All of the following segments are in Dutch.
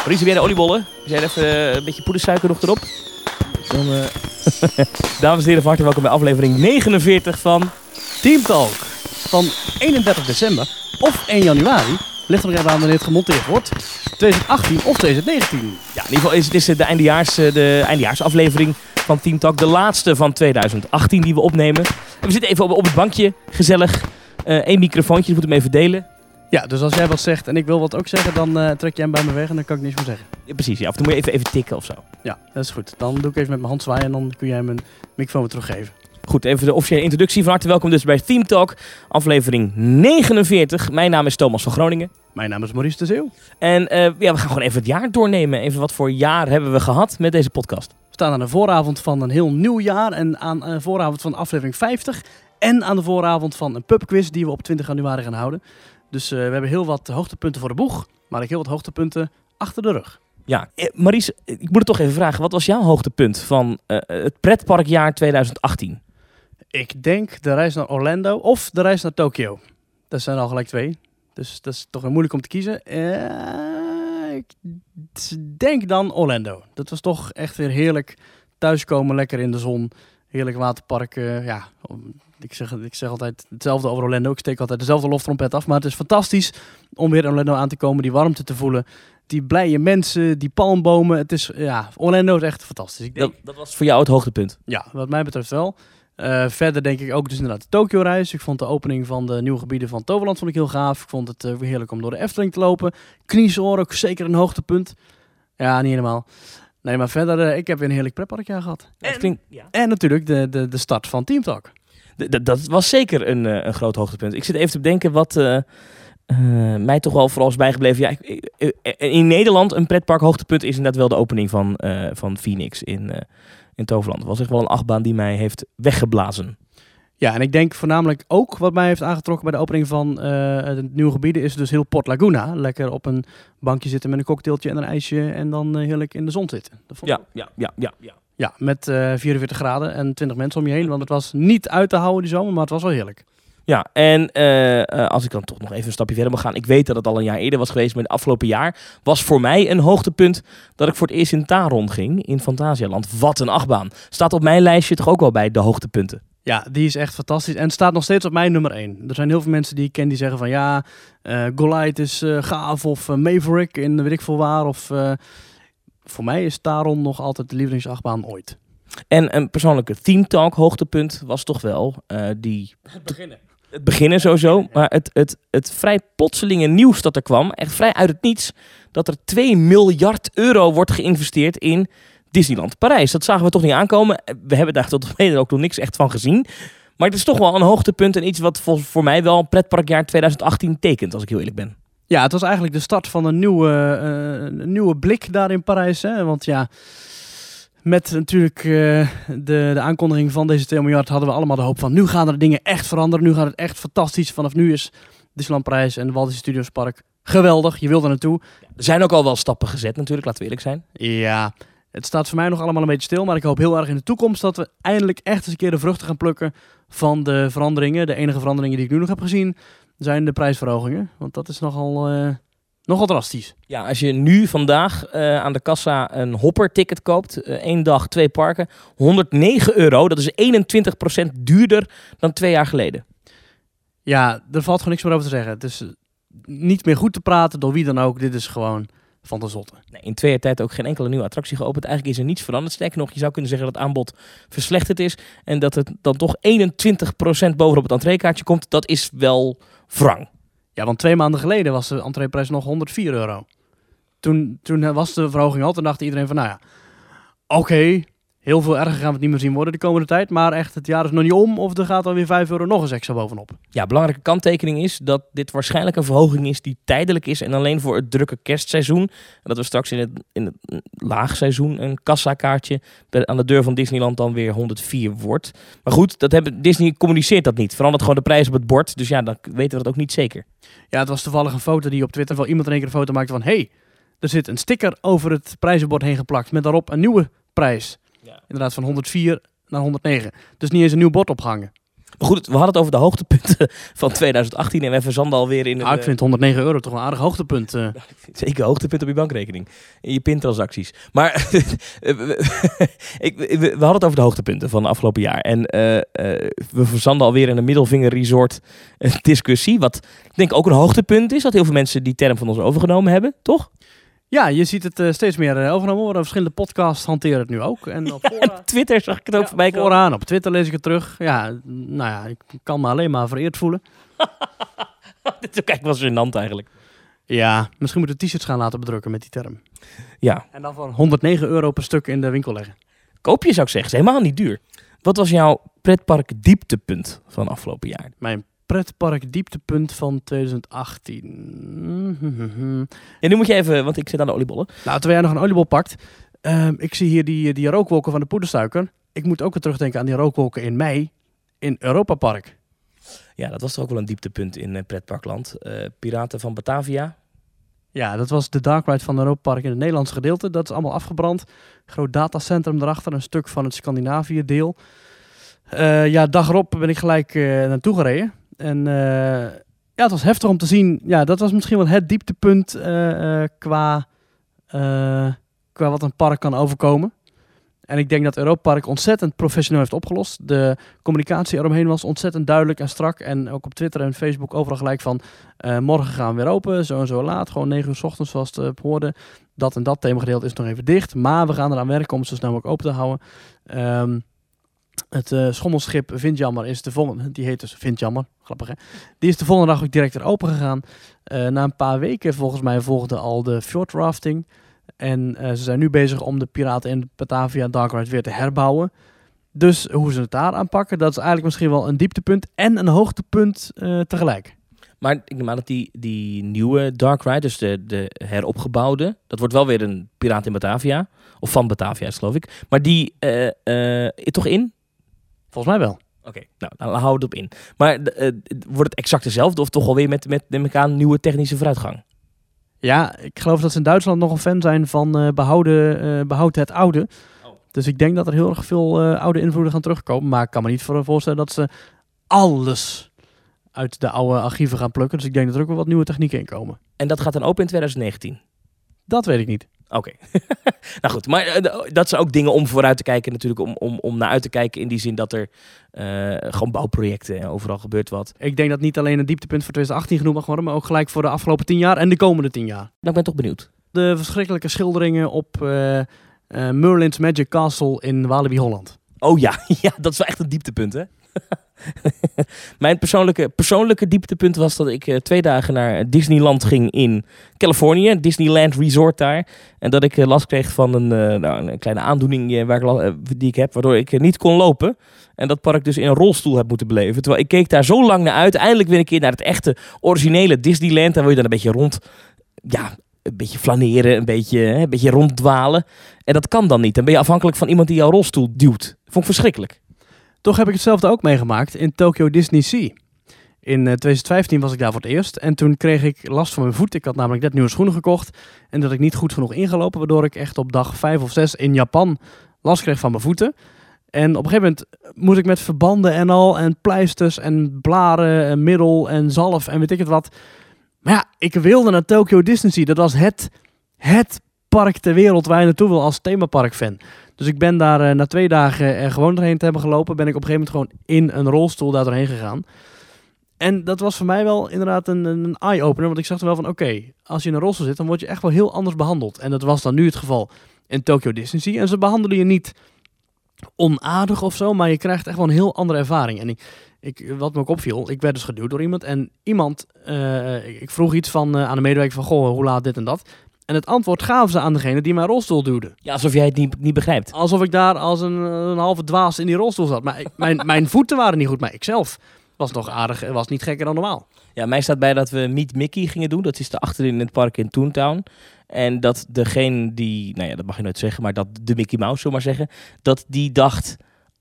Maurice, heb jij de oliebollen? Is jij even een beetje poedersuiker nog erop? Dan, dames en heren, van harte welkom bij aflevering 49 van Team Talk. Van 31 december of 1 januari. Ligt er nog even aan wanneer het gemonteerd wordt. 2018 of 2019. Ja, in ieder geval is het de eindejaarsaflevering van Team Talk. De laatste van 2018 die we opnemen. En we zitten even op het bankje, gezellig. Eén microfoontje, dat moeten we even delen. Ja, dus als jij wat zegt en ik wil wat ook zeggen, dan trek jij hem bij me weg en dan kan ik niks meer zeggen. Ja, precies, ja. Of dan moet je even tikken of zo. Ja, dat is goed. Dan doe ik even met mijn hand zwaaien en dan kun jij mijn microfoon weer teruggeven. Goed, even de officiële introductie. Van harte welkom dus bij Team Talk, aflevering 49. Mijn naam is Thomas van Groningen. Mijn naam is Maurice de Zeeuw. En we gaan gewoon even het jaar doornemen. Even wat voor jaar hebben we gehad met deze podcast. We staan aan de vooravond van een heel nieuw jaar en aan de vooravond van aflevering 50. En aan de vooravond van een pubquiz die we op 20 januari gaan houden. Dus we hebben heel wat hoogtepunten voor de boeg, maar ook heel wat hoogtepunten achter de rug. Ja, Maurice, ik moet het toch even vragen. Wat was jouw hoogtepunt van het pretparkjaar 2018? Ik denk de reis naar Orlando of de reis naar Tokio. Dat zijn al gelijk twee. Dus dat is toch wel moeilijk om te kiezen. Ik denk dan Orlando. Dat was toch echt weer heerlijk. Thuiskomen, lekker in de zon. Heerlijk waterpark. Ja, ik zeg altijd hetzelfde over Orlando. Ik steek altijd dezelfde loftrompet af. Maar het is fantastisch om weer in Orlando aan te komen. Die warmte te voelen. Die blije mensen, die palmbomen. Het is, ja, Orlando is echt fantastisch. Ik denk, dat was voor jou het hoogtepunt? Ja, wat mij betreft wel. Verder denk ik ook dus inderdaad de Tokio-reis. Ik vond de opening van de nieuwe gebieden van Toverland vond ik heel gaaf. Ik vond het weer heerlijk om door de Efteling te lopen. Kniezoor ook zeker een hoogtepunt. Ja, niet helemaal. Nee, maar verder, ik heb weer een heerlijk pretparkjaar gehad. En natuurlijk de start van Team Talk. Dat was zeker een groot hoogtepunt. Ik zit even te bedenken wat mij toch wel vooral is bijgebleven. Ja, in Nederland een pretpark hoogtepunt is inderdaad wel de opening van Phoenix in Toverland. Het was echt wel een achtbaan die mij heeft weggeblazen. Ja, en ik denk voornamelijk ook wat mij heeft aangetrokken bij de opening van de nieuwe gebieden is dus heel Port Laguna. Lekker op een bankje zitten met een cocktailtje en een ijsje en dan heerlijk in de zon zitten. Ja, met 44 graden en 20 mensen om je heen, want het was niet uit te houden die zomer, maar het was wel heerlijk. Ja, en als ik dan toch nog even een stapje verder mag gaan. Ik weet dat het al een jaar eerder was geweest, maar het afgelopen jaar was voor mij een hoogtepunt dat ik voor het eerst in Taron ging, in Fantasialand. Wat een achtbaan. Staat op mijn lijstje toch ook wel bij de hoogtepunten. Ja, die is echt fantastisch en staat nog steeds op mijn nummer 1. Er zijn heel veel mensen die ik ken die zeggen van ja, Goliath is gaaf of Maverick in weet ik veel waar. Of voor mij is Taron nog altijd de lievelingsachtbaan ooit. En een persoonlijke Team Talk hoogtepunt was toch wel het beginnen sowieso, maar het vrij plotselinge nieuws dat er kwam, echt vrij uit het niets, dat er 2 miljard euro wordt geïnvesteerd in Disneyland Parijs. Dat zagen we toch niet aankomen. We hebben daar tot op heden ook nog niks echt van gezien. Maar het is toch wel een hoogtepunt en iets wat voor mij wel pretparkjaar 2018 tekent, als ik heel eerlijk ben. Ja, het was eigenlijk de start van een nieuwe blik daar in Parijs. Hè? Want ja, met natuurlijk de aankondiging van deze 2 miljard hadden we allemaal de hoop van nu gaan er dingen echt veranderen. Nu gaat het echt fantastisch. Vanaf nu is Disneyland Parijs en de Walt Disney Studios Park geweldig. Je wil er naartoe. Er zijn ook al wel stappen gezet natuurlijk, laten we eerlijk zijn. Ja, het staat voor mij nog allemaal een beetje stil. Maar ik hoop heel erg in de toekomst dat we eindelijk echt eens een keer de vruchten gaan plukken van de veranderingen. De enige veranderingen die ik nu nog heb gezien zijn de prijsverhogingen. Want dat is nogal drastisch. Ja, als je nu vandaag aan de kassa een hopper-ticket koopt, 1 dag 2 parken, €109. Dat is 21% duurder dan 2 jaar geleden. Ja, er valt gewoon niks meer over te zeggen. Het is niet meer goed te praten door wie dan ook. Dit is gewoon van de zotte. Nee, in 2 jaar tijd ook geen enkele nieuwe attractie geopend. Eigenlijk is er niets veranderd. Sterker nog, je zou kunnen zeggen dat het aanbod verslechterd is en dat het dan toch 21% bovenop het entreekaartje komt. Dat is wel wrang. Ja, want 2 maanden geleden was de entreeprijs nog €104. Toen was de verhoging al. Toen dacht iedereen van, nou ja, oké, heel veel erger gaan we het niet meer zien worden de komende tijd. Maar echt, het jaar is nog niet om of er gaat alweer €5 nog eens extra bovenop. Ja, belangrijke kanttekening is dat dit waarschijnlijk een verhoging is die tijdelijk is en alleen voor het drukke kerstseizoen. En dat we straks in het laagseizoen een kassakaartje aan de deur van Disneyland dan weer €104 wordt. Maar goed, Disney communiceert dat niet. Verandert gewoon de prijs op het bord. Dus ja, dan weten we dat ook niet zeker. Ja, het was toevallig een foto die op Twitter wel iemand in één keer een foto maakte van hey, er zit een sticker over het prijzenbord heen geplakt met daarop een nieuwe prijs. Ja. Inderdaad van 104 naar 109. Dus niet eens een nieuw bord opgehangen. Maar goed, we hadden het over de hoogtepunten van 2018 en we verzanden alweer in... Ik vind €109 toch een aardig hoogtepunt. Zeker hoogtepunt op je bankrekening. In je pintransacties. Maar we hadden het over de hoogtepunten van het afgelopen jaar. En we verzanden alweer in een middelvinger resort discussie. Wat ik denk ook een hoogtepunt is. Dat heel veel mensen die term van ons overgenomen hebben, toch? Ja, je ziet het steeds meer overgenomen worden. Verschillende podcasts hanteren het nu ook. En op Twitter zag ik het ook voorbij komen. Vooraan, op Twitter lees ik het terug. Ja, nou ja, ik kan me alleen maar vereerd voelen. Dit is ook eigenlijk wel gênant eigenlijk. Ja, misschien moeten we t-shirts gaan laten bedrukken met die term. Ja. En dan voor €109 per stuk in de winkel leggen. Koop je, zou ik zeggen. Is helemaal niet duur. Wat was jouw pretpark dieptepunt van afgelopen jaar? Mijn pretpark dieptepunt van 2018. En nu moet je even, want ik zit aan de oliebollen. Nou, terwijl jij nog een oliebol pakt. Ik zie hier die rookwolken van de poedersuiker. Ik moet ook weer terugdenken aan die rookwolken in mei in Europa Park. Ja, dat was toch ook wel een dieptepunt in pretparkland. Piraten van Batavia. Ja, dat was de dark ride van Europa Park in het Nederlandse gedeelte. Dat is allemaal afgebrand. Groot datacentrum erachter, een stuk van het Scandinavië deel. Dag erop ben ik gelijk naartoe gereden. En het was heftig om te zien. Ja, dat was misschien wel het dieptepunt qua wat een park kan overkomen. En ik denk dat Europa Park ontzettend professioneel heeft opgelost. De communicatie eromheen was ontzettend duidelijk en strak. En ook op Twitter en Facebook overal gelijk van... morgen gaan we weer open, zo en zo laat. Gewoon 9 uur 's ochtends zoals het hoorde. Dat en dat themagedeelte is nog even dicht. Maar we gaan eraan werken om het zo snel mogelijk open te houden. Het schommelschip Vindjammer is de volgende... Die heet dus Vindjammer, grappig hè. Die is de volgende dag ook direct weer open gegaan. Na een paar weken volgens mij volgde al de fjordrafting... En ze zijn nu bezig om de Piraten in Batavia Dark Ride weer te herbouwen. Dus hoe ze het daar aanpakken, dat is eigenlijk misschien wel een dieptepunt en een hoogtepunt tegelijk. Maar ik neem aan dat die nieuwe Dark Ride, dus de heropgebouwde, dat wordt wel weer een Piraten in Batavia. Of van Batavia, geloof ik. Maar die toch in? Volgens mij wel. Oké, nou, dan houden we het op in. Maar wordt het exact dezelfde of toch alweer met elkaar nieuwe technische vooruitgang? Ja, ik geloof dat ze in Duitsland nog een fan zijn van behoud het oude. Oh. Dus ik denk dat er heel erg veel oude invloeden gaan terugkomen. Maar ik kan me niet voorstellen dat ze alles uit de oude archieven gaan plukken. Dus ik denk dat er ook wel wat nieuwe technieken in komen. En dat gaat dan open in 2019? Dat weet ik niet. Oké. Nou goed, maar dat zijn ook dingen om vooruit te kijken natuurlijk, om naar uit te kijken in die zin dat er gewoon bouwprojecten en overal gebeurt wat. Ik denk dat niet alleen een dieptepunt voor 2018 genoemd mag worden, maar ook gelijk voor de afgelopen 10 jaar en de komende 10 jaar. Nou, ik ben toch benieuwd. De verschrikkelijke schilderingen op Merlin's Magic Castle in Walibi Holland. Oh ja, ja, dat is wel echt een dieptepunt hè. Mijn persoonlijke dieptepunt was dat ik 2 dagen naar Disneyland ging in Californië. Disneyland Resort daar. En dat ik last kreeg van een kleine aandoening die ik heb, waardoor ik niet kon lopen. En dat park dus in een rolstoel heb moeten beleven. Terwijl ik keek daar zo lang naar uit. Eindelijk weer een keer naar het echte, originele Disneyland. Daar wil je dan een beetje rond... Ja, een beetje flaneren, een beetje ronddwalen. En dat kan dan niet. Dan ben je afhankelijk van iemand die jouw rolstoel duwt. Vond ik verschrikkelijk. Toch heb ik hetzelfde ook meegemaakt in Tokyo Disney Sea. In 2015 was ik daar voor het eerst. En toen kreeg ik last van mijn voet. Ik had namelijk net nieuwe schoenen gekocht. En dat ik niet goed genoeg ingelopen. Waardoor ik echt op dag 5 of 6 in Japan last kreeg van mijn voeten. En op een gegeven moment moest ik met verbanden en al. En pleisters en blaren en middel en zalf en weet ik het wat. Maar ja, ik wilde naar Tokyo Disney Sea. Dat was het park ter wereld waar je naartoe wil als themaparkfan. Dus ik ben daar na 2 dagen gewoon doorheen te hebben gelopen. Ben ik op een gegeven moment gewoon in een rolstoel daar doorheen gegaan. En dat was voor mij wel inderdaad een eye-opener. Want ik zag er wel van, oké, als je in een rolstoel zit, dan word je echt wel heel anders behandeld. En dat was dan nu het geval in Tokyo Disney Sea. En ze behandelen je niet onaardig of zo, maar je krijgt echt wel een heel andere ervaring. En wat me ook opviel, ik werd dus geduwd door iemand. En ik vroeg iets aan de medewerker van, goh, hoe laat dit en dat? En het antwoord gaven ze aan degene die mijn rolstoel duwde. Ja, alsof jij het niet begrijpt. Alsof ik daar als een halve dwaas in die rolstoel zat. Maar mijn voeten waren niet goed, maar ikzelf was nog aardig, was niet gekker dan normaal. Ja, mij staat bij dat we Meet Mickey gingen doen. Dat is daar achterin in het park in Toontown. En dat degene die, nou ja, dat mag je nooit zeggen, maar dat de Mickey Mouse, zullen we maar zeggen, dat die dacht,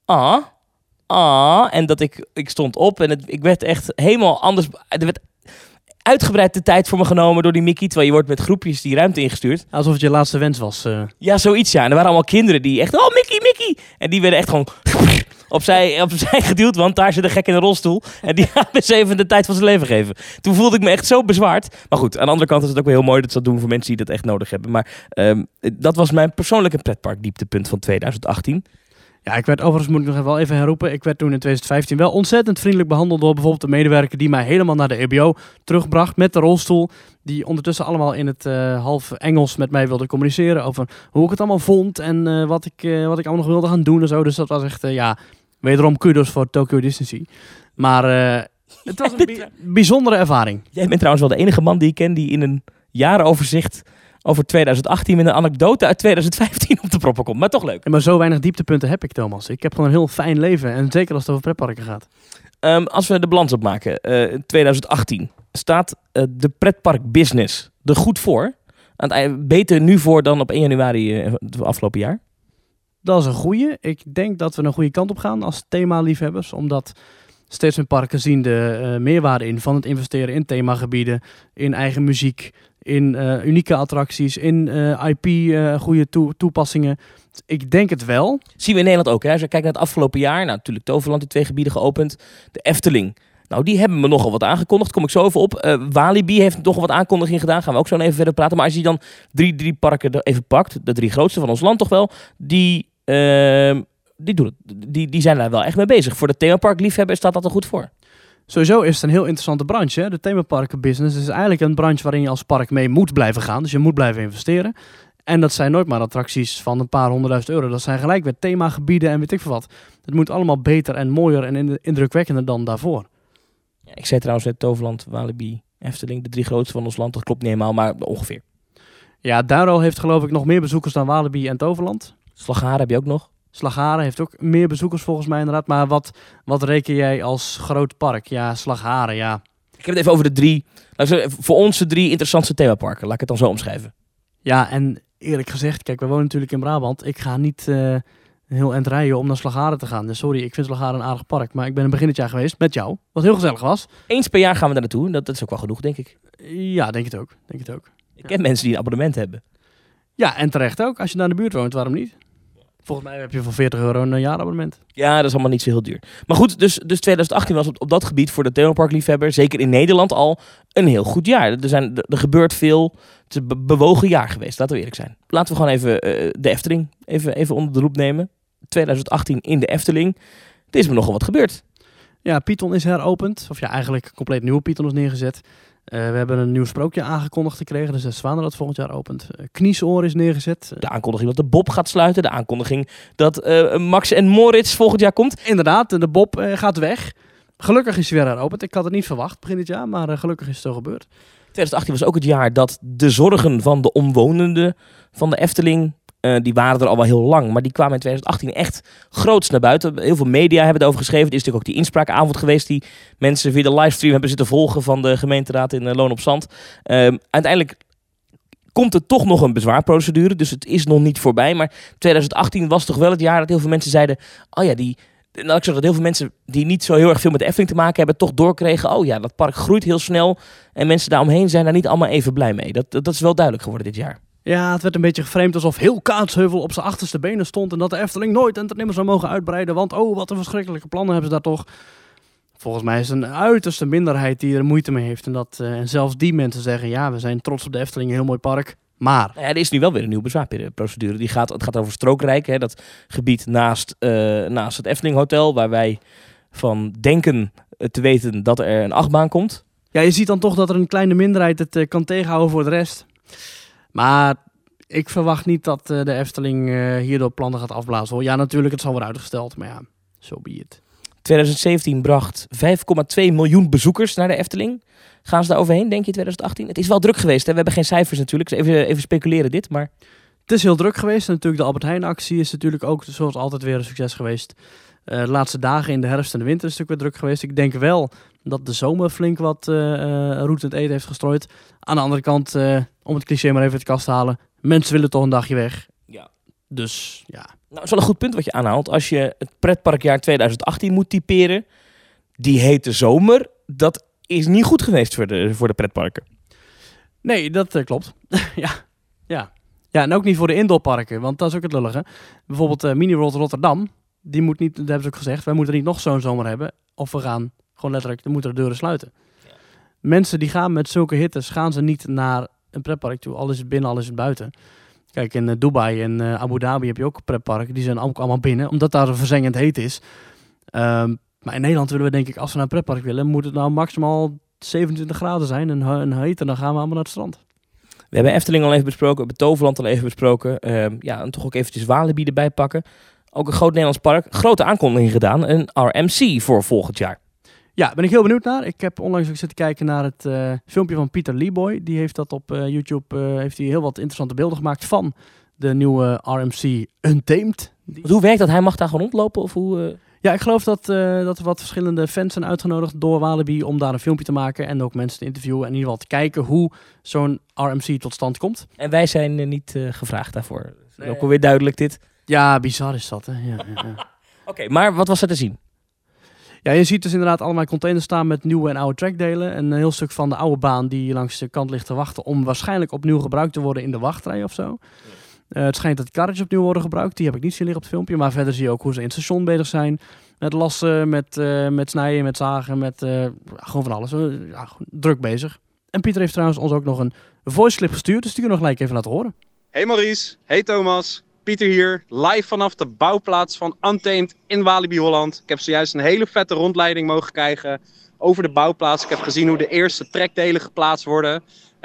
en dat ik stond op en ik werd echt helemaal anders. Er werd uitgebreid de tijd voor me genomen door die Mickey, terwijl je wordt met groepjes die ruimte ingestuurd. Alsof het je laatste wens was. Ja, zoiets ja. En er waren allemaal kinderen die echt, oh Mickey. En die werden echt gewoon opzij geduwd, want daar zit een gek in een rolstoel. En die gaat dus even de tijd van zijn leven geven. Toen voelde ik me echt zo bezwaard. Maar goed, aan de andere kant is het ook wel heel mooi dat ze dat doen voor mensen die dat echt nodig hebben. Maar dat was mijn persoonlijke pretparkdieptepunt van 2018. Ja, ik werd overigens, moet ik nog wel even herroepen, ik werd toen in 2015 wel ontzettend vriendelijk behandeld door bijvoorbeeld de medewerker die mij helemaal naar de EBO terugbracht met de rolstoel. Die ondertussen allemaal in het half Engels met mij wilde communiceren over hoe ik het allemaal vond en wat ik allemaal nog wilde gaan doen en zo. Dus dat was echt, wederom kudos voor Tokyo Disney. Maar het was een bijzondere ervaring. Jij bent trouwens wel de enige man die ik ken die in een jarenoverzicht over 2018 met een anekdote uit 2015 op de proppen komt. Maar toch leuk. Maar zo weinig dieptepunten heb ik, Thomas. Ik heb gewoon een heel fijn leven. En zeker als het over pretparken gaat. Als we de balans opmaken. 2018 staat de pretparkbusiness er goed voor. Beter nu voor dan op 1 januari het afgelopen jaar. Dat is een goeie. Ik denk dat we een goede kant op gaan als themaliefhebbers. Omdat steeds meer parken zien de meerwaarde in van het investeren in themagebieden, in eigen muziek, in unieke attracties, in IP, goede toepassingen. Ik denk het wel. Zien we in Nederland ook. Hè? Als je kijkt naar het afgelopen jaar, nou, natuurlijk Toverland, die 2 gebieden geopend. De Efteling. Nou, die hebben me nogal wat aangekondigd. Kom ik zo even op. Walibi heeft nogal wat aankondiging gedaan. Gaan we ook zo even verder praten. Maar als je dan drie parken er even pakt, de 3 grootste van ons land toch wel, die zijn daar wel echt mee bezig. Voor de themaparkliefhebber staat dat er goed voor. Sowieso is het een heel interessante branche. Hè? De themaparkenbusiness is eigenlijk een branche waarin je als park mee moet blijven gaan. Dus je moet blijven investeren. En dat zijn nooit maar attracties van een paar €100.000. Dat zijn gelijk weer themagebieden en weet ik veel wat. Het moet allemaal beter en mooier en indrukwekkender dan daarvoor. Ja, ik zei trouwens net Toverland, Walibi, Efteling, de 3 grootste van ons land. Dat klopt niet helemaal, maar ongeveer. Ja, Duiro heeft geloof ik nog meer bezoekers dan Walibi en Toverland. Slagharen heb je ook nog. Slagharen heeft ook meer bezoekers volgens mij inderdaad. Maar wat reken jij als groot park? Ja, Slagharen, ja. Ik heb het even over de 3, voor ons de 3 interessantste themaparken. Laat ik het dan zo omschrijven. Ja, en eerlijk gezegd, kijk, we wonen natuurlijk in Brabant. Ik ga niet heel eind rijden om naar Slagharen te gaan. Dus sorry, ik vind Slagharen een aardig park. Maar ik ben een begin dit jaar geweest met jou, wat heel gezellig was. Eens per jaar gaan we daar naartoe. Dat is ook wel genoeg, denk ik. Ja, denk het ook. Ik ken mensen die een abonnement hebben. Ja, en terecht ook. Als je daar in de buurt woont, waarom niet? Volgens mij heb je voor €40 een jaarabonnement. Ja, dat is allemaal niet zo heel duur. Maar goed, dus 2018 was op dat gebied voor de themaparkliefhebber, zeker in Nederland al, een heel goed jaar. Er gebeurt veel. Het is een bewogen jaar geweest, laten we eerlijk zijn. Laten we gewoon even de Efteling even onder de loep nemen. 2018 in de Efteling. Er is me nogal wat gebeurd. Ja, Python is heropend. Of ja, eigenlijk compleet nieuwe Python is neergezet. We hebben een nieuw sprookje aangekondigd gekregen. Dus de Zwanen dat volgend jaar opent. Kniesoor is neergezet. De aankondiging dat de Bob gaat sluiten. De aankondiging dat Max en Moritz volgend jaar komt. Inderdaad, de Bob gaat weg. Gelukkig is hij weer heropend. Ik had het niet verwacht begin dit jaar, maar gelukkig is het zo gebeurd. 2018 was ook het jaar dat de zorgen van de omwonenden van de Efteling, die waren er al wel heel lang, maar die kwamen in 2018 echt groots naar buiten. Heel veel media hebben erover geschreven. Het is natuurlijk ook die inspraakavond geweest die mensen via de livestream hebben zitten volgen van de gemeenteraad in Loon op Zand. Uiteindelijk komt er toch nog een bezwaarprocedure, dus het is nog niet voorbij. Maar 2018 was toch wel het jaar dat heel veel mensen zeiden, oh ja, laat ik zeggen dat heel veel mensen die niet zo heel erg veel met de Efteling te maken hebben, toch doorkregen, oh ja, dat park groeit heel snel en mensen daaromheen zijn daar niet allemaal even blij mee. Dat is wel duidelijk geworden dit jaar. Ja, het werd een beetje geframed alsof heel Kaatsheuvel op zijn achterste benen stond en dat de Efteling nooit en het nimmer zou mogen uitbreiden, want oh, wat een verschrikkelijke plannen hebben ze daar toch. Volgens mij is het een uiterste minderheid die er moeite mee heeft en zelfs die mensen zeggen, ja, we zijn trots op de Efteling, een heel mooi park. Maar ja, er is nu wel weer een nieuwe bezwaarprocedure. Het gaat over Strookrijk, hè, dat gebied naast het Efteling Hotel, waar wij van denken te weten dat er een achtbaan komt. Ja, je ziet dan toch dat er een kleine minderheid het kan tegenhouden voor de rest. Maar ik verwacht niet dat de Efteling hierdoor plannen gaat afblazen. Hoor. Ja, natuurlijk, het zal worden uitgesteld, maar ja, so be it. 2017 bracht 5,2 miljoen bezoekers naar de Efteling. Gaan ze daar overheen, denk je, 2018? Het is wel druk geweest, hè? We hebben geen cijfers natuurlijk. Dus even speculeren dit, maar het is heel druk geweest. En natuurlijk de Albert Heijn-actie is natuurlijk ook zoals altijd weer een succes geweest. De laatste dagen in de herfst en de winter is natuurlijk weer druk geweest. Ik denk wel dat de zomer flink wat roet in het eten heeft gestrooid. Aan de andere kant, om het cliché maar even uit de kast te halen, mensen willen toch een dagje weg. Ja. Dus ja. Nou, dat is wel een goed punt wat je aanhaalt. Als je het pretparkjaar 2018 moet typeren, die hete zomer, dat is niet goed geweest voor de pretparken. Nee, dat klopt. Ja, en ook niet voor de indoorparken, want dat is ook het lullige. Bijvoorbeeld Mini World Rotterdam, die moet niet, dat hebben ze ook gezegd, wij moeten niet nog zo'n zomer hebben. Of we gaan gewoon letterlijk, dan moeten de deuren sluiten. Ja. Mensen die gaan met zulke hittes, gaan ze niet naar een pretpark toe. Al is het binnen, al is het buiten. Kijk, in Dubai en Abu Dhabi heb je ook een pretpark. Die zijn ook allemaal binnen, omdat daar een verzengend heet is. Maar in Nederland willen we denk ik, als we naar een pretpark willen, moet het nou maximaal 27 graden zijn en heet. En dan gaan we allemaal naar het strand. We hebben Efteling al even besproken, we hebben Toverland al even besproken. En toch ook eventjes Walibi erbij pakken. Ook een groot Nederlands park. Grote aankondiging gedaan. Een RMC voor volgend jaar. Ja, ben ik heel benieuwd naar. Ik heb onlangs ook zitten kijken naar het filmpje van Pieter Leeboy. Die heeft dat op YouTube, heeft hij heel wat interessante beelden gemaakt van de nieuwe RMC Untamed. Hoe werkt dat? Hij mag daar gewoon rondlopen? Of hoe? Ja, ik geloof dat er wat verschillende fans zijn uitgenodigd door Walibi om daar een filmpje te maken. En ook mensen te interviewen en in ieder geval te kijken hoe zo'n RMC tot stand komt. En wij zijn niet gevraagd daarvoor. Nee. Ook alweer duidelijk dit. Ja, bizar is dat, hè. Ja. Oké, maar wat was er te zien? Ja, je ziet dus inderdaad allemaal containers staan met nieuwe en oude trackdelen. Een heel stuk van de oude baan die langs de kant ligt te wachten om waarschijnlijk opnieuw gebruikt te worden in de wachtrij of zo. Het schijnt dat die karretjes opnieuw worden gebruikt. Die heb ik niet zien liggen op het filmpje. Maar verder zie je ook hoe ze in het station bezig zijn. Met lassen, met snijden, met zagen, met gewoon van alles. Druk bezig. En Pieter heeft trouwens ons ook nog een voice clip gestuurd. Dus die kunnen we nog gelijk even laten horen. Hey Maurice, hey Thomas. Pieter hier, live vanaf de bouwplaats van Untamed in Walibi Holland. Ik heb zojuist een hele vette rondleiding mogen krijgen over de bouwplaats. Ik heb gezien hoe de eerste trekdelen geplaatst worden.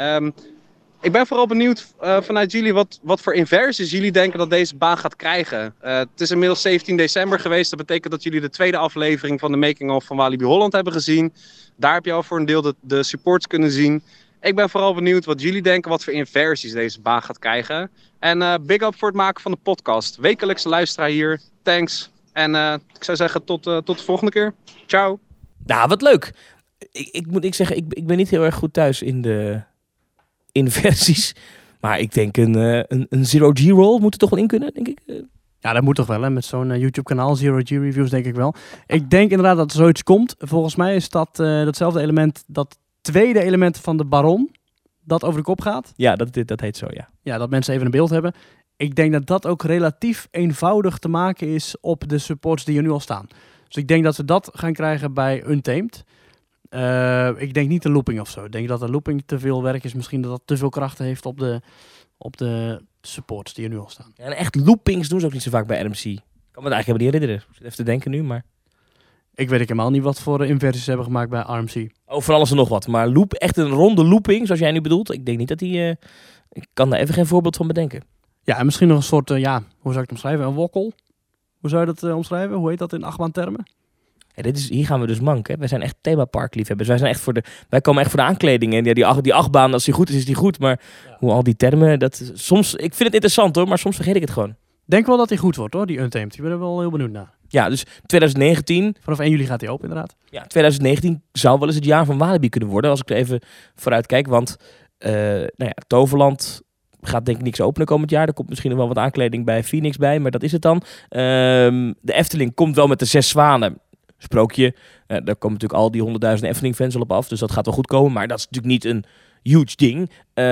Ik ben vooral benieuwd vanuit jullie wat voor inversies jullie denken dat deze baan gaat krijgen. Het is inmiddels 17 december geweest. Dat betekent dat jullie de tweede aflevering van de making-of van Walibi Holland hebben gezien. Daar heb je al voor een deel de supports kunnen zien. Ik ben vooral benieuwd wat jullie denken wat voor inversies deze baan gaat krijgen. En big up voor het maken van de podcast. Wekelijkse luisteraar hier. Thanks. En ik zou zeggen tot de volgende keer. Ciao. Nou, wat leuk. Ik moet zeggen, ik ben niet heel erg goed thuis in de inversies. Maar ik denk een Zero G-roll moet er toch wel in kunnen, denk ik. Ja, dat moet toch wel, hè? Met zo'n YouTube-kanaal, Zero G-reviews, denk ik wel. Ik denk inderdaad dat er zoiets komt. Volgens mij is dat datzelfde element, dat tweede element van de Baron, dat over de kop gaat. Ja, dat heet zo, ja. Ja, dat mensen even een beeld hebben. Ik denk dat dat ook relatief eenvoudig te maken is op de supports die er nu al staan. Dus ik denk dat we dat gaan krijgen bij Untamed. Ik denk niet de looping of zo. Ik denk dat de looping te veel werk is. Misschien dat te veel krachten heeft op de supports die er nu al staan. Ja, en echt loopings doen ze ook niet zo vaak bij RMC. Ik kan me het eigenlijk helemaal niet herinneren. Ik zit even te denken nu, maar... Ik weet helemaal niet wat voor inversies ze hebben gemaakt bij RMC. Oh, van alles en nog wat. Maar echt een ronde looping, zoals jij nu bedoelt. Ik denk niet dat die... ik kan daar even geen voorbeeld van bedenken. Ja, en misschien nog een soort... hoe zou ik het omschrijven? Een wokkel? Hoe zou je dat omschrijven? Hoe heet dat in achtbaantermen? Ja, hier gaan we dus mank, hè. Wij zijn echt themaparkliefhebbers. Wij komen echt voor de aankleding. En die achtbaan, als die goed is die goed. Maar hoe al die termen... soms, ik vind het interessant hoor, maar soms vergeet ik het gewoon. Denk wel dat hij goed wordt hoor, die Untamed. Ik ben er wel heel benieuwd naar. Ja, dus 2019... Vanaf 1 juli gaat hij open inderdaad. Ja, 2019 zou wel eens het jaar van Walibi kunnen worden. Als ik er even vooruit kijk. Want Toverland gaat denk ik niks openen komend jaar. Er komt misschien nog wel wat aankleding bij Phoenix bij. Maar dat is het dan. De Efteling komt wel met de 6 zwanen. Sprookje. Daar komen natuurlijk al die 100.000 Efteling-fans al op af. Dus dat gaat wel goed komen. Maar dat is natuurlijk niet een huge ding.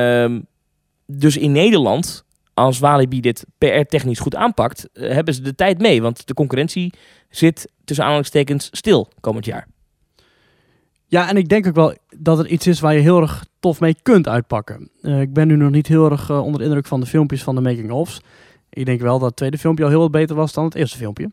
Dus in Nederland... Als Walibi dit PR-technisch goed aanpakt, hebben ze de tijd mee. Want de concurrentie zit tussen aanhalingstekens stil komend jaar. Ja, en ik denk ook wel dat het iets is waar je heel erg tof mee kunt uitpakken. Ik ben nu nog niet heel erg onder de indruk van de filmpjes van de making-ofs. Ik denk wel dat het tweede filmpje al heel wat beter was dan het eerste filmpje.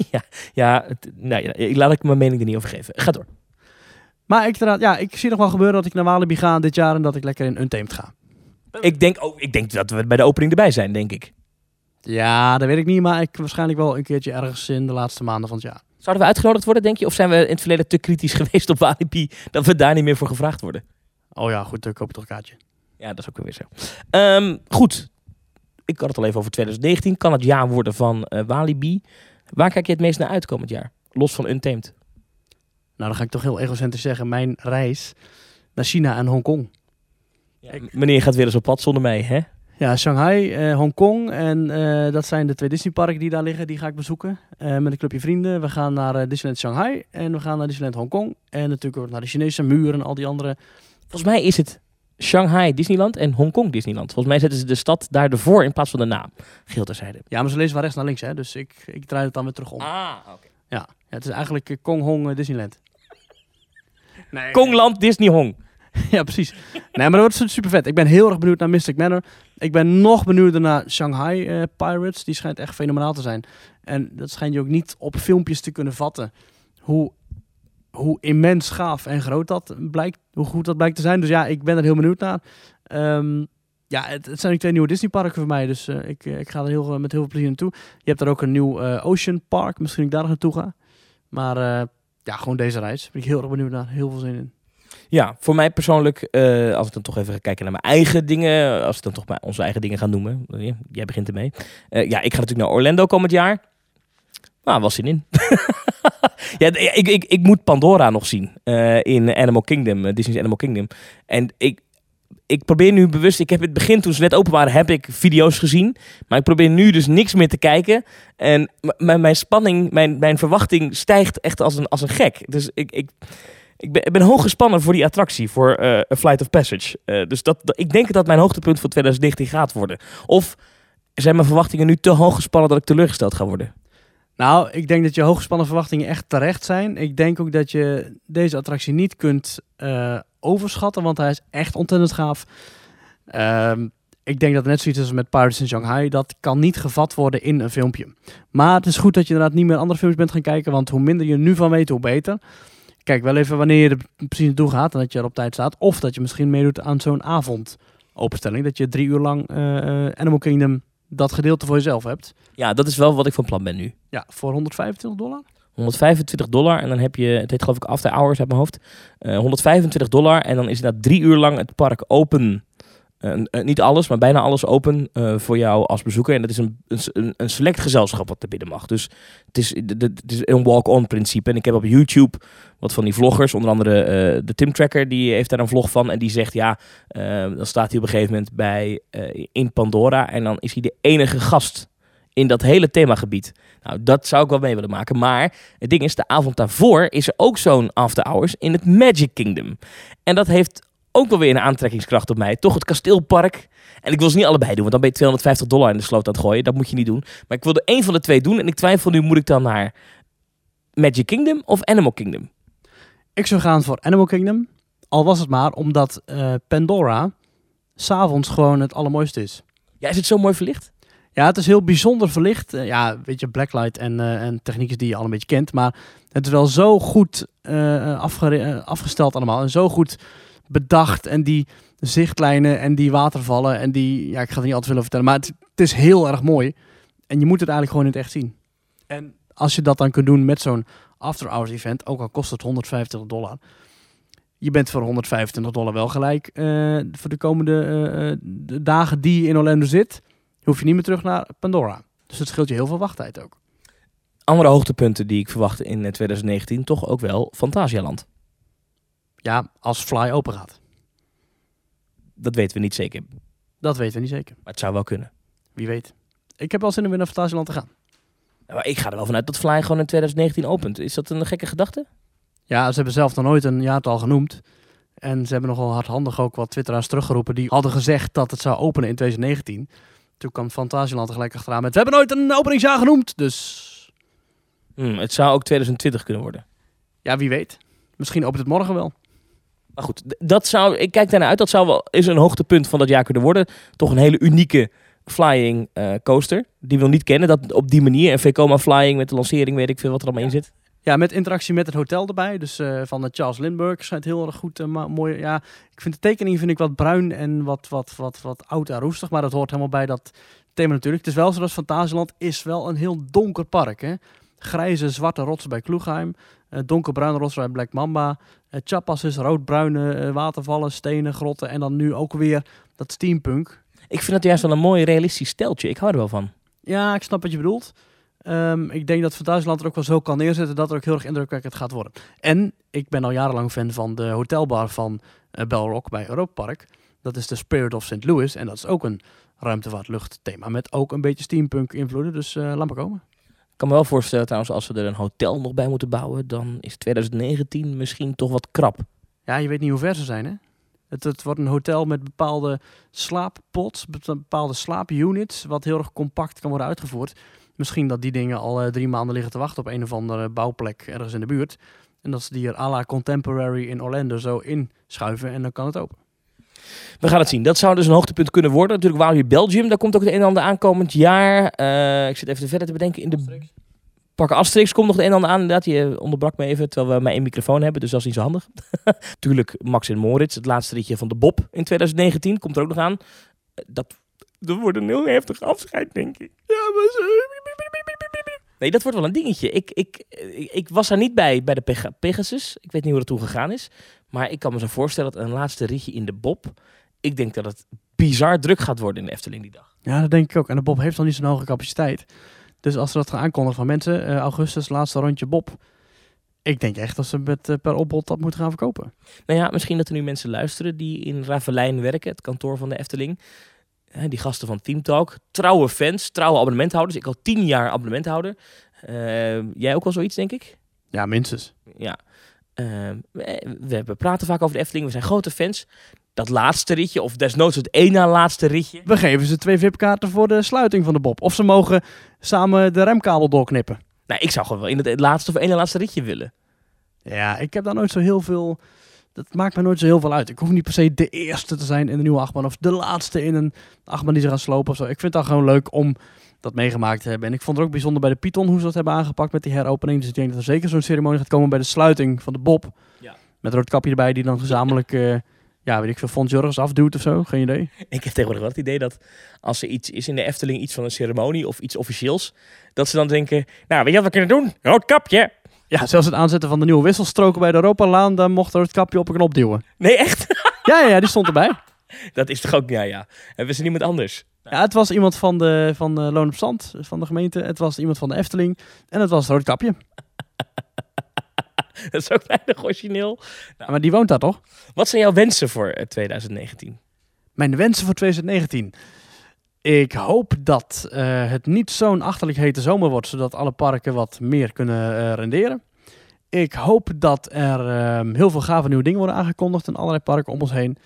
Laat ik mijn mening er niet over geven. Ga door. Maar ik zie nog wel gebeuren dat ik naar Walibi ga dit jaar en dat ik lekker in Untamed ga. Ik denk dat we bij de opening erbij zijn, denk ik. Ja, dat weet ik niet, maar ik waarschijnlijk wel een keertje ergens in de laatste maanden van het jaar. Zouden we uitgenodigd worden, denk je? Of zijn we in het verleden te kritisch geweest op Walibi dat we daar niet meer voor gevraagd worden? Oh ja, goed, dan koop je toch een kaartje. Ja, dat is ook weer zo. Goed, ik had het al even over 2019. Kan het jaar worden van Walibi. Waar kijk je het meest naar uit komend jaar? Los van Untamed. Nou, dan ga ik toch heel egocentrisch zeggen. Mijn reis naar China en Hongkong. Ja, meneer gaat weer eens op pad zonder mij, hè? Ja, Shanghai, Hongkong en dat zijn de 2 Disneyparken die daar liggen. Die ga ik bezoeken met een clubje vrienden. We gaan naar Disneyland Shanghai en we gaan naar Disneyland Hongkong. En natuurlijk naar de Chinese muur en al die andere. Volgens mij is het Shanghai Disneyland en Hongkong Disneyland. Volgens mij zetten ze de stad daar ervoor in plaats van de naam. Geheel terzijde. Ja, maar ze lezen van rechts naar links, hè. Dus ik draai het dan weer terug om. Oké. Ja, het is eigenlijk Kong Hong Disneyland. Nee. Kongland Disney Hong. Ja, precies. Nee, maar dat wordt super vet. Ik ben heel erg benieuwd naar Mystic Manor. Ik ben nog benieuwder naar Shanghai Pirates. Die schijnt echt fenomenaal te zijn. En dat schijnt je ook niet op filmpjes te kunnen vatten. Hoe immens gaaf en groot dat blijkt. Hoe goed dat blijkt te zijn. Dus ja, ik ben er heel benieuwd naar. Het zijn ook 2 nieuwe Disney parken voor mij. Dus ik ga er met heel veel plezier naartoe. Je hebt er ook een nieuw Ocean Park. Misschien ik daar nog naartoe ga. Maar gewoon deze reis. Ben ik heel erg benieuwd naar. Heel veel zin in. Ja, voor mij persoonlijk, als ik dan toch even ga kijken naar mijn eigen dingen, als ik dan toch maar onze eigen dingen gaan noemen. Jij begint ermee. Ik ga natuurlijk naar Orlando komend jaar. Nou, was zin in. Ja, ik moet Pandora nog zien in Animal Kingdom, Disney's Animal Kingdom. En ik probeer nu bewust, ik heb in het begin toen ze net open waren, heb ik video's gezien. Maar ik probeer nu dus niks meer te kijken. En mijn spanning, mijn verwachting stijgt echt als een gek. Dus ik ben hoog gespannen voor die attractie, voor A Flight of Passage. Dus ik denk dat mijn hoogtepunt voor 2019 gaat worden. Of zijn mijn verwachtingen nu te hoog gespannen dat ik teleurgesteld ga worden? Nou, ik denk dat je hooggespannen verwachtingen echt terecht zijn. Ik denk ook dat je deze attractie niet kunt overschatten, want hij is echt ontzettend gaaf. Ik denk dat het net zoiets is met Pirates in Shanghai. Dat kan niet gevat worden in een filmpje. Maar het is goed dat je inderdaad niet meer andere films bent gaan kijken, want hoe minder je er nu van weet, hoe beter. Kijk wel even wanneer je er precies naartoe gaat en dat je er op tijd staat. Of dat je misschien meedoet aan zo'n avondopenstelling. Dat je 3 uur lang Animal Kingdom dat gedeelte voor jezelf hebt. Ja, dat is wel wat ik van plan ben nu. Ja, voor $125. $125 en dan heb je, het heet geloof ik After Hours uit mijn hoofd, $125 en dan is dat 3 uur lang het park open. Niet alles, maar bijna alles open voor jou als bezoeker. En dat is een select gezelschap wat er binnen mag. Dus het is een walk-on principe. En ik heb op YouTube wat van die vloggers, onder andere de Tim Tracker, die heeft daar een vlog van. En die zegt, dan staat hij op een gegeven moment in Pandora. En dan is hij de enige gast in dat hele themagebied. Nou, dat zou ik wel mee willen maken. Maar het ding is, de avond daarvoor is er ook zo'n after hours in het Magic Kingdom. En dat heeft ook wel weer een aantrekkingskracht op mij. Toch het kasteelpark. En ik wil ze niet allebei doen, want dan ben je $250 in de sloot aan het gooien. Dat moet je niet doen. Maar ik wilde één van de twee doen. En ik twijfel nu, moet ik dan naar Magic Kingdom of Animal Kingdom? Ik zou gaan voor Animal Kingdom. Al was het maar omdat Pandora 's avonds gewoon het allermooiste is. Ja, is het zo mooi verlicht? Ja, het is heel bijzonder verlicht. Weet je, blacklight en technieken die je al een beetje kent. Maar het is wel zo goed afgesteld allemaal. En zo goed bedacht. En die zichtlijnen en die watervallen. En die, ik ga er niet al te veel over vertellen. Maar het is heel erg mooi. En je moet het eigenlijk gewoon in het echt zien. En als je dat dan kunt doen met zo'n after hours event. Ook al kost het $150. Je bent voor $125 wel gelijk. Voor de komende dagen die je in Orlando zit, hoef je niet meer terug naar Pandora. Dus het scheelt je heel veel wachttijd ook. Andere hoogtepunten die ik verwacht in 2019, toch ook wel Fantasialand. Ja, als Fly open gaat. Dat weten we niet zeker. Dat weten we niet zeker. Maar het zou wel kunnen. Wie weet. Ik heb wel zin om weer naar Fantasialand te gaan. Maar ik ga er wel vanuit dat Fly gewoon in 2019 opent. Is dat een gekke gedachte? Ja, ze hebben zelf nog nooit een jaartal genoemd. En ze hebben nogal hardhandig ook wat twitteraars teruggeroepen. Die hadden gezegd dat het zou openen in 2019. Toen kwam Fantasialand er gelijk achteraan met: we hebben nooit een openingsjaar genoemd. Dus het zou ook 2020 kunnen worden. Ja, wie weet. Misschien opent het morgen wel. Maar goed, ik kijk daarnaar uit. Dat zou wel eens een hoogtepunt van dat jaar kunnen worden. Toch een hele unieke flying coaster. Die we nog niet kennen. Dat op die manier. En Vekoma Flying met de lancering, weet ik veel wat er allemaal in zit. Ja, met interactie met het hotel erbij. Dus van Charles Lindbergh schijnt heel erg goed. Mooi. Ja, ik vind de tekening wat bruin en wat oud en roestig. Maar dat hoort helemaal bij dat thema natuurlijk. Het is wel zo dat Fantasialand is wel een heel donker park. Hè? Grijze, zwarte rotsen bij Kloegheim. Donkerbruine rotsen bij Black Mamba. Chapas is roodbruine watervallen, stenen, grotten. En dan nu ook weer dat steampunk. Ik vind het juist wel een mooi realistisch steltje. Ik hou er wel van. Ja, ik snap wat je bedoelt. Ik denk dat Fantasialand er ook wel zo kan neerzetten dat er ook heel erg indrukwekkend gaat worden. En ik ben al jarenlang fan van de hotelbar van Belrock bij Europa Park. Dat is de Spirit of St. Louis. En dat is ook een ruimtevaartluchtthema met ook een beetje steampunk invloeden. Dus laat maar komen. Ik kan me wel voorstellen trouwens, als we er een hotel nog bij moeten bouwen, dan is 2019 misschien toch wat krap. Ja, je weet niet hoe ver ze zijn, hè? Het wordt een hotel met bepaalde slaappots, bepaalde slaapunits, wat heel erg compact kan worden uitgevoerd. Misschien dat die dingen al 3 maanden liggen te wachten op een of andere bouwplek ergens in de buurt. En dat ze die er à la Contemporary in Orlando zo inschuiven en dan kan het open. We gaan het zien. Dat zou dus een hoogtepunt kunnen worden. Natuurlijk Walibi Belgium, daar komt ook het een en ander aankomend jaar. Ik zit even verder te bedenken. In de Park Asterix komt nog het een en ander aan. Inderdaad, je onderbrak me even, terwijl we maar 1 microfoon hebben. Dus dat is niet zo handig. Tuurlijk Max en Moritz, het laatste ritje van de Bob in 2019. Komt er ook nog aan. Dat wordt een heel heftig afscheid, denk ik. Ja, maar... Nee, dat wordt wel een dingetje. Ik was daar niet bij de Pegasus. Ik weet niet hoe dat toen gegaan is. Maar ik kan me zo voorstellen dat een laatste ritje in de Bob... Ik denk dat het bizar druk gaat worden in de Efteling die dag. Ja, dat denk ik ook. En de Bob heeft al niet zo'n hoge capaciteit. Dus als ze dat gaan aankondigen van mensen... augustus, laatste rondje Bob... Ik denk echt dat ze met per opbod dat moeten gaan verkopen. Nou ja, misschien dat er nu mensen luisteren die in Ravelijn werken. Het kantoor van de Efteling. Die gasten van Team Talk. Trouwe fans, trouwe abonnementhouders. Ik al 10 jaar abonnementhouder. Jij ook wel zoiets, denk ik? Ja, minstens. Ja. We praten vaak over de Efteling. We zijn grote fans. Dat laatste ritje, of desnoods het één na laatste ritje. We geven ze 2 VIP-kaarten voor de sluiting van de Bob. Of ze mogen samen de remkabel doorknippen. Nou, ik zou gewoon wel in het laatste of één laatste ritje willen. Ja, ik heb daar nooit zo heel veel... Dat maakt me nooit zo heel veel uit. Ik hoef niet per se de eerste te zijn in de nieuwe achtbaan... of de laatste in een achtbaan die ze gaan slopen of zo. Ik vind het gewoon leuk om dat meegemaakt te hebben. En ik vond het ook bijzonder bij de Python hoe ze dat hebben aangepakt met die heropening. Dus ik denk dat er zeker zo'n ceremonie gaat komen bij de sluiting van de Bob. Ja. Met Roodkapje erbij die dan gezamenlijk... weet ik veel, Fons Jorgens afdoet of zo. Geen idee. Ik heb tegenwoordig wel het idee dat als er iets is in de Efteling, iets van een ceremonie of iets officieels, dat ze dan denken, nou, weet je wat we kunnen doen? Roodkapje. Ja, zelfs het aanzetten van de nieuwe wisselstroken bij de Europalaan, daar mocht Roodkapje op een knop duwen. Nee, echt? Ja, die stond erbij. Dat is toch ook, ja. Hebben ze niemand anders? Ja, het was iemand van Loon op Zand, van de gemeente. Het was iemand van de Efteling. En het was Roodkapje. Dat is ook weinig origineel. Nou, maar die woont daar toch? Wat zijn jouw wensen voor 2019? Mijn wensen voor 2019? Ik hoop dat het niet zo'n achterlijk hete zomer wordt, zodat alle parken wat meer kunnen renderen. Ik hoop dat er heel veel gave nieuwe dingen worden aangekondigd in allerlei parken om ons heen.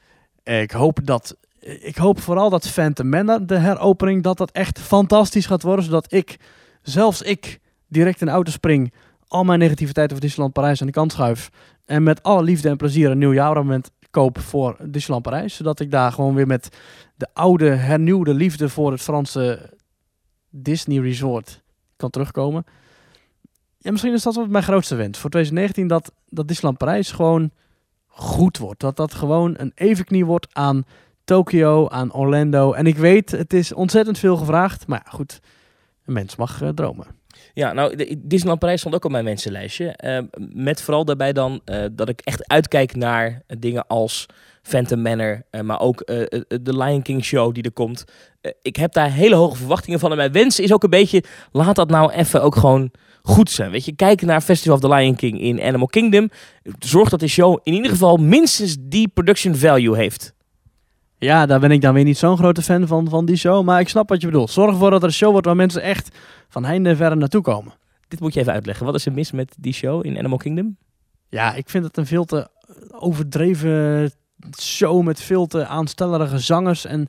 Ik hoop vooral dat Phantom Manor, de heropening, dat echt fantastisch gaat worden, zodat zelfs ik, direct in de auto spring, al mijn negativiteit over Disneyland Parijs aan de kant schuif en met alle liefde en plezier een nieuw jaarabonnement koop voor Disneyland Parijs, zodat ik daar gewoon weer met de oude, hernieuwde liefde voor het Franse Disney Resort kan terugkomen. Ja, misschien is dat wel mijn grootste wens voor 2019, dat Disneyland Parijs gewoon goed wordt. Dat dat gewoon een evenknie wordt aan Tokio, aan Orlando. En ik weet, het is ontzettend veel gevraagd, maar ja, goed, een mens mag dromen. Ja, nou, Disneyland Parijs stond ook op mijn wensenlijstje. Met vooral daarbij dan dat ik echt uitkijk naar dingen als Phantom Manor, maar ook de Lion King show die er komt. Ik heb daar hele hoge verwachtingen van. En mijn wens is ook een beetje, laat dat nou even ook gewoon goed zijn. Weet je, kijk naar Festival of the Lion King in Animal Kingdom. Zorg dat de show in ieder geval minstens die production value heeft. Ja, daar ben ik dan weer niet zo'n grote fan van die show. Maar ik snap wat je bedoelt. Zorg ervoor dat er een show wordt waar mensen echt van heinde en verre naartoe komen. Dit moet je even uitleggen. Wat is er mis met die show in Animal Kingdom? Ja, ik vind het een veel te overdreven show met veel te aanstellerige zangers. En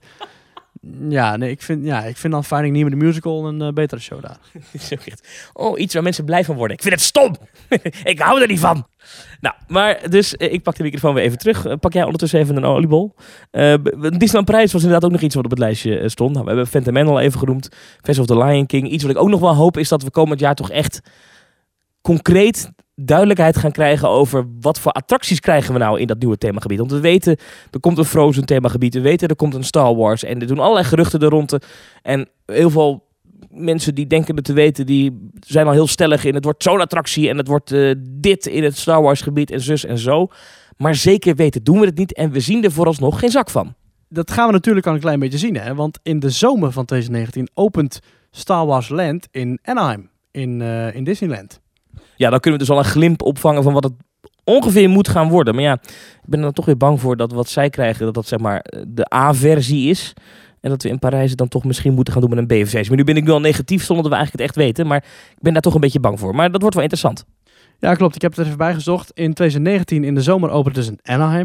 ik vind dan Finding Nemo the Musical een betere show daar. Iets waar mensen blij van worden. Ik vind het stom. Ik hou er niet van. Nou, maar dus ik pak de microfoon weer even terug. Pak jij ondertussen even een oliebol. Disneyland Parijs was inderdaad ook nog iets wat op het lijstje stond. Nou, we hebben Phantom Manor al even genoemd. Festival of the Lion King. Iets wat ik ook nog wel hoop is dat we komend jaar toch echt concreet duidelijkheid gaan krijgen over wat voor attracties krijgen we nou in dat nieuwe themagebied. Want we weten, er komt een Frozen themagebied. We weten, er komt een Star Wars. En er doen allerlei geruchten er rond. En heel veel mensen die denken het te weten, die zijn al heel stellig in het wordt zo'n attractie en het wordt dit in het Star Wars gebied en zus en zo. Maar zeker weten doen we het niet en we zien er vooralsnog geen zak van. Dat gaan we natuurlijk al een klein beetje zien, hè? Want in de zomer van 2019 opent Star Wars Land in Anaheim, in Disneyland. Ja, dan kunnen we dus al een glimp opvangen van wat het ongeveer moet gaan worden. Maar ja, ik ben er dan toch weer bang voor dat wat zij krijgen, dat zeg maar de A-versie is. En dat we in Parijs het dan toch misschien moeten gaan doen met een B-versie. Maar nu ben ik nu al negatief zonder dat we eigenlijk het echt weten. Maar ik ben daar toch een beetje bang voor. Maar dat wordt wel interessant. Ja, klopt. Ik heb het er even bij gezocht. In 2019 in de zomer opent dus in Anaheim.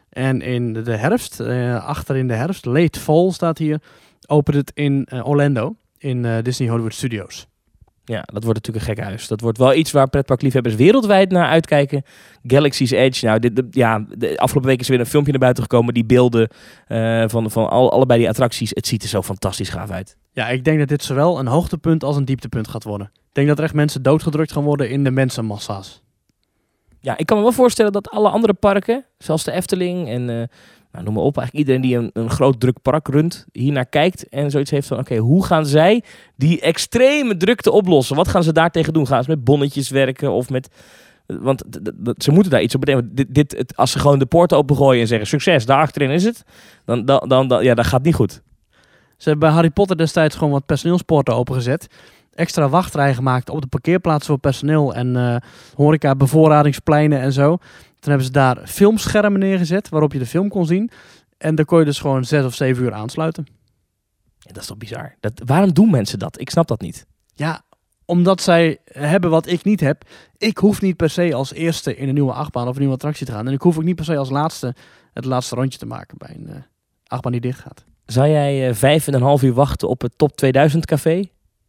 En in de herfst, achter in de herfst, late fall staat hier, opent het in Orlando, in Disney Hollywood Studios. Ja, dat wordt natuurlijk een gek huis. Dat wordt wel iets waar pretparkliefhebbers wereldwijd naar uitkijken. Galaxy's Edge. Nou, de afgelopen week is er weer een filmpje naar buiten gekomen. Die beelden van allebei die attracties. Het ziet er zo fantastisch gaaf uit. Ja, ik denk dat dit zowel een hoogtepunt als een dieptepunt gaat worden. Ik denk dat er echt mensen doodgedrukt gaan worden in de mensenmassa's. Ja, ik kan me wel voorstellen dat alle andere parken, zoals de Efteling en noem maar op, eigenlijk iedereen die een groot druk park runt, hier naar kijkt en zoiets heeft van, oké, hoe gaan zij die extreme drukte oplossen? Wat gaan ze daartegen doen? Gaan ze met bonnetjes werken of met... Want ze moeten daar iets op bedenken. Als ze gewoon de poorten opengooien en zeggen, succes, daar achterin is het, dan dat gaat niet goed. Ze hebben bij Harry Potter destijds gewoon wat personeelspoorten opengezet. Extra wachtrij gemaakt op de parkeerplaatsen voor personeel en horeca, bevoorradingspleinen en zo. Toen hebben ze daar filmschermen neergezet waarop je de film kon zien. En dan kon je dus gewoon 6 of 7 uur aansluiten. Ja, dat is toch bizar? Waarom doen mensen dat? Ik snap dat niet. Ja, omdat zij hebben wat ik niet heb. Ik hoef niet per se als eerste in een nieuwe achtbaan of een nieuwe attractie te gaan. En ik hoef ook niet per se als laatste het laatste rondje te maken bij een achtbaan die dicht gaat. Zou jij 5,5 uur wachten op het Top 2000 café?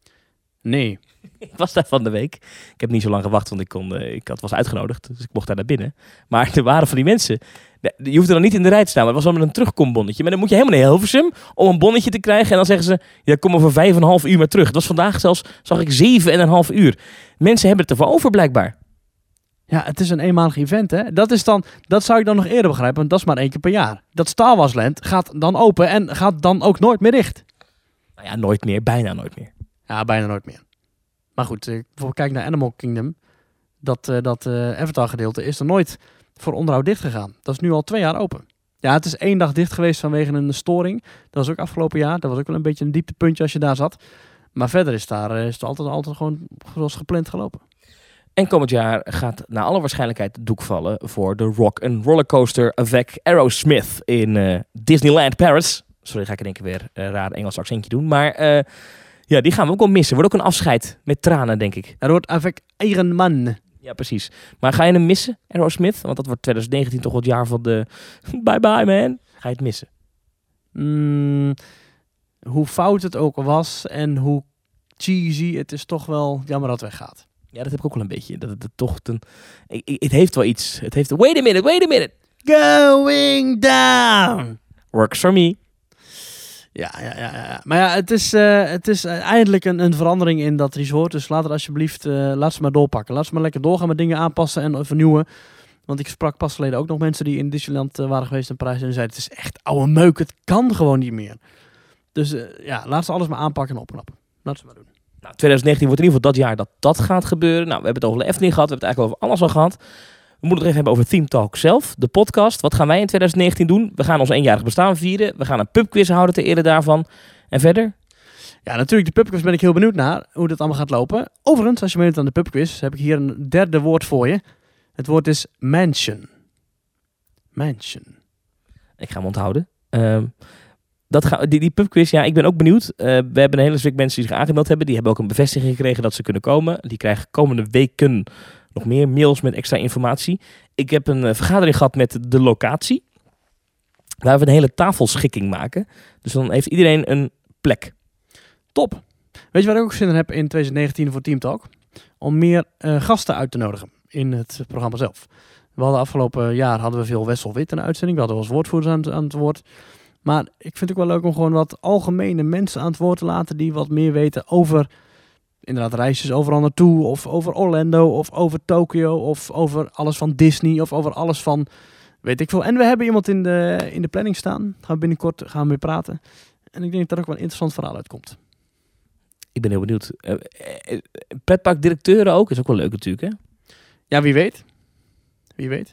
Nee. Ik was daar van de week. Ik heb niet zo lang gewacht, want was uitgenodigd. Dus ik mocht daar naar binnen. Maar er waren van die mensen. Je hoeft er dan niet in de rij te staan. Maar het was wel met een terugkombonnetje. Maar dan moet je helemaal naar Hilversum om een bonnetje te krijgen. En dan zeggen ze, ja, kom over 5,5 uur maar terug. Dat was vandaag zelfs, zag ik 7,5 uur. Mensen hebben het ervoor over blijkbaar. Ja, het is een eenmalig event, hè. Dat zou ik dan nog eerder begrijpen, want dat is maar 1 keer per jaar. Dat Star Wars Land gaat dan open en gaat dan ook nooit meer dicht. Nou ja, nooit meer. Bijna nooit meer. Ja, bijna nooit meer. Maar goed, bijvoorbeeld kijk naar Animal Kingdom. Dat Avatar gedeelte is er nooit voor onderhoud dicht gegaan. Dat is nu al 2 jaar open. Ja, het is 1 dag dicht geweest vanwege een storing. Dat was ook afgelopen jaar. Dat was ook wel een beetje een dieptepuntje als je daar zat. Maar verder is het altijd gewoon zoals gepland gelopen. En komend jaar gaat naar alle waarschijnlijkheid het doek vallen voor de Rock and Rollercoaster avec Aerosmith in Disneyland Paris. Sorry, ga ik in één keer weer een raar Engels accentje doen. Maar ja, die gaan we ook wel missen. Wordt ook een afscheid met tranen, denk ik. Er wordt avec Iron Man. Ja, precies. Maar ga je hem missen, Aerosmith? Want dat wordt 2019 toch wel het jaar van de bye bye man. Ga je het missen? Hoe fout het ook was en hoe cheesy, het is toch wel jammer dat het weggaat. Ja, dat heb ik ook wel een beetje. Dat het toch het heeft wel iets. Het heeft wait a minute. Going down. Works for me. Ja. Maar ja, het is eindelijk een verandering in dat resort. Dus laat het alsjeblieft, laat ze maar doorpakken. Laat ze maar lekker doorgaan met dingen aanpassen en vernieuwen. Want ik sprak pas geleden ook nog mensen die in Disneyland waren geweest in Parijs. En zeiden, het is echt oude meuk. Het kan gewoon niet meer. Dus laat ze alles maar aanpakken en opknappen. Laat ze maar doen. Nou, 2019 wordt in ieder geval dat jaar dat gaat gebeuren. Nou, we hebben het over de Efteling gehad. We hebben het eigenlijk over alles al gehad. We moeten het even hebben over Theme Talk zelf. De podcast. Wat gaan wij in 2019 doen? We gaan ons 1-jarig bestaan vieren. We gaan een pubquiz houden ter ere daarvan. En verder? Ja, natuurlijk de pubquiz ben ik heel benieuwd naar. Hoe dat allemaal gaat lopen. Overigens, als je meedoet aan de pubquiz, heb ik hier een 3e woord voor je. Het woord is mansion. Mansion. Ik ga hem onthouden. Die pubquiz, ja, ik ben ook benieuwd. We hebben een hele stuk mensen die zich aangemeld hebben. Die hebben ook een bevestiging gekregen dat ze kunnen komen. Die krijgen komende weken nog meer mails met extra informatie. Ik heb een vergadering gehad met de locatie. Waar we een hele tafelschikking maken. Dus dan heeft iedereen een plek. Top. Weet je waar ik ook zin in heb in 2019 voor Team Talk? Om meer gasten uit te nodigen in het programma zelf. We hadden afgelopen jaar hadden we veel Wessel Wit in de uitzending. We hadden als woordvoerders aan het woord. Maar ik vind het ook wel leuk om gewoon wat algemene mensen aan het woord te laten die wat meer weten over inderdaad reisjes overal naartoe, of over Orlando, of over Tokio, of over alles van Disney, of over alles van weet ik veel. En we hebben iemand in de planning staan. Gaan we binnenkort mee praten. En ik denk dat er ook wel een interessant verhaal uitkomt. Ik ben heel benieuwd. Pretparkdirecteuren ook, is ook wel leuk natuurlijk, hè? Ja, wie weet. Wie weet.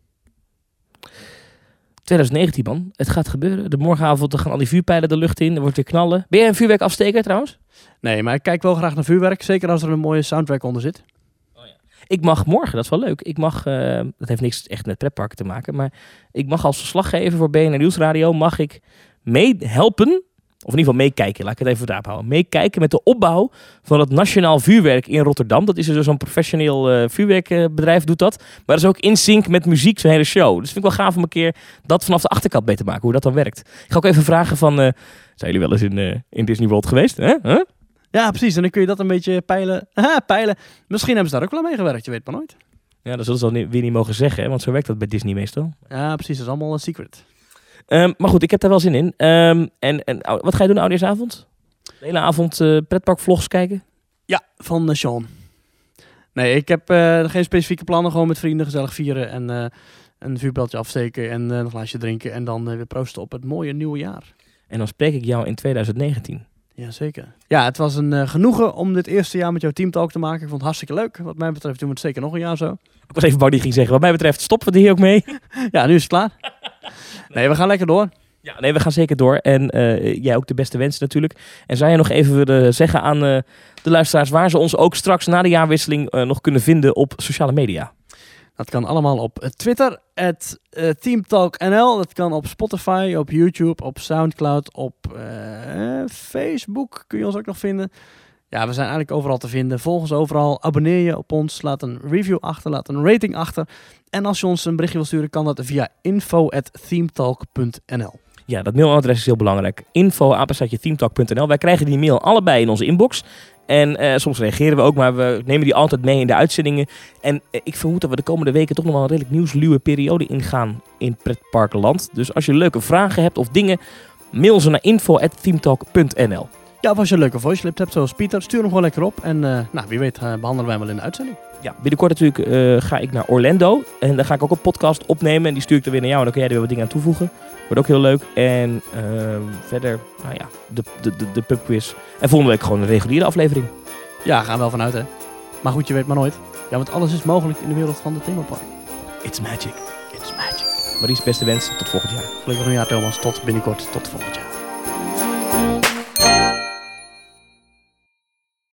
2019, man. Het gaat gebeuren. De morgenavond gaan al die vuurpijlen de lucht in. Er wordt weer knallen. Ben jij een vuurwerkafsteker trouwens? Nee, maar ik kijk wel graag naar vuurwerk. Zeker als er een mooie soundtrack onder zit. Oh, ja. Ik mag morgen, dat is wel leuk. Ik mag, dat heeft niks echt met pretparken te maken. Maar ik mag als verslaggever voor BNR Nieuwsradio mag ik meehelpen Of in ieder geval meekijken, laat ik het even daarop houden. Meekijken met de opbouw van het Nationaal Vuurwerk in Rotterdam. Dat is dus zo'n professioneel vuurwerkbedrijf doet dat. Maar dat is ook in sync met muziek, zo'n hele show. Dus vind ik wel gaaf om een keer dat vanaf de achterkant mee te maken, hoe dat dan werkt. Ik ga ook even vragen van, zijn jullie wel eens in Disney World geweest? Huh? Ja, precies. En dan kun je dat een beetje peilen. Peilen. Misschien hebben ze daar ook wel aan meegewerkt, je weet maar nooit. Ja, dat zullen ze dan weer niet mogen zeggen, hè? Want zo werkt dat bij Disney meestal. Ja, precies. Dat is allemaal een secret. Maar goed, ik heb daar wel zin in. Wat ga je doen oudejaarsavond? De hele avond pretparkvlogs kijken? Ja, van Sean. Nee, ik heb geen specifieke plannen. Gewoon met vrienden gezellig vieren en een vuurpijltje afsteken en een glaasje drinken. En dan weer proosten op het mooie nieuwe jaar. En dan spreek ik jou in 2019. Jazeker. Ja, het was een genoegen om dit eerste jaar met jouw teamtalk te maken. Ik vond het hartstikke leuk. Wat mij betreft doen we het zeker nog een jaar zo. Ik was even bang die ging zeggen, wat mij betreft stoppen we er hier ook mee. Ja, nu is het klaar. Nee, we gaan lekker door. Ja, nee, we gaan zeker door. En jij ook de beste wensen natuurlijk. En zou jij nog even willen zeggen aan de luisteraars waar ze ons ook straks na de jaarwisseling nog kunnen vinden op sociale media? Dat kan allemaal op Twitter, @TeamTalkNL. Dat kan op Spotify, op YouTube, op Soundcloud, op Facebook kun je ons ook nog vinden. Ja, we zijn eigenlijk overal te vinden. Volg ons overal, abonneer je op ons, laat een review achter, laat een rating achter. En als je ons een berichtje wil sturen, kan dat via info@themetalk.nl. Ja, dat mailadres is heel belangrijk. info@themetalk.nl. Wij krijgen die mail allebei in onze inbox. En soms reageren we ook, maar we nemen die altijd mee in de uitzendingen. En ik vermoed dat we de komende weken toch nog wel een redelijk nieuwsluwe periode ingaan in pretparkenland. Dus als je leuke vragen hebt of dingen, mail ze naar info@themetalk.nl. Ja, of als je een leuke voiceclip hebt zoals Pieter, stuur hem gewoon lekker op. En wie weet behandelen wij hem wel in de uitzending. Ja, binnenkort natuurlijk ga ik naar Orlando. En daar ga ik ook een podcast opnemen. En die stuur ik dan weer naar jou. En dan kun jij er weer wat dingen aan toevoegen. Wordt ook heel leuk. En verder, nou ja, de pubquiz. En volgende week gewoon een reguliere aflevering. Ja, gaan we wel vanuit, hè. Maar goed, je weet maar nooit. Ja, want alles is mogelijk in de wereld van de themapark. It's magic. It's magic. Maries, beste wensen. Tot volgend jaar. Gelukkig nieuwjaar, Thomas. Tot binnenkort. Tot volgend jaar.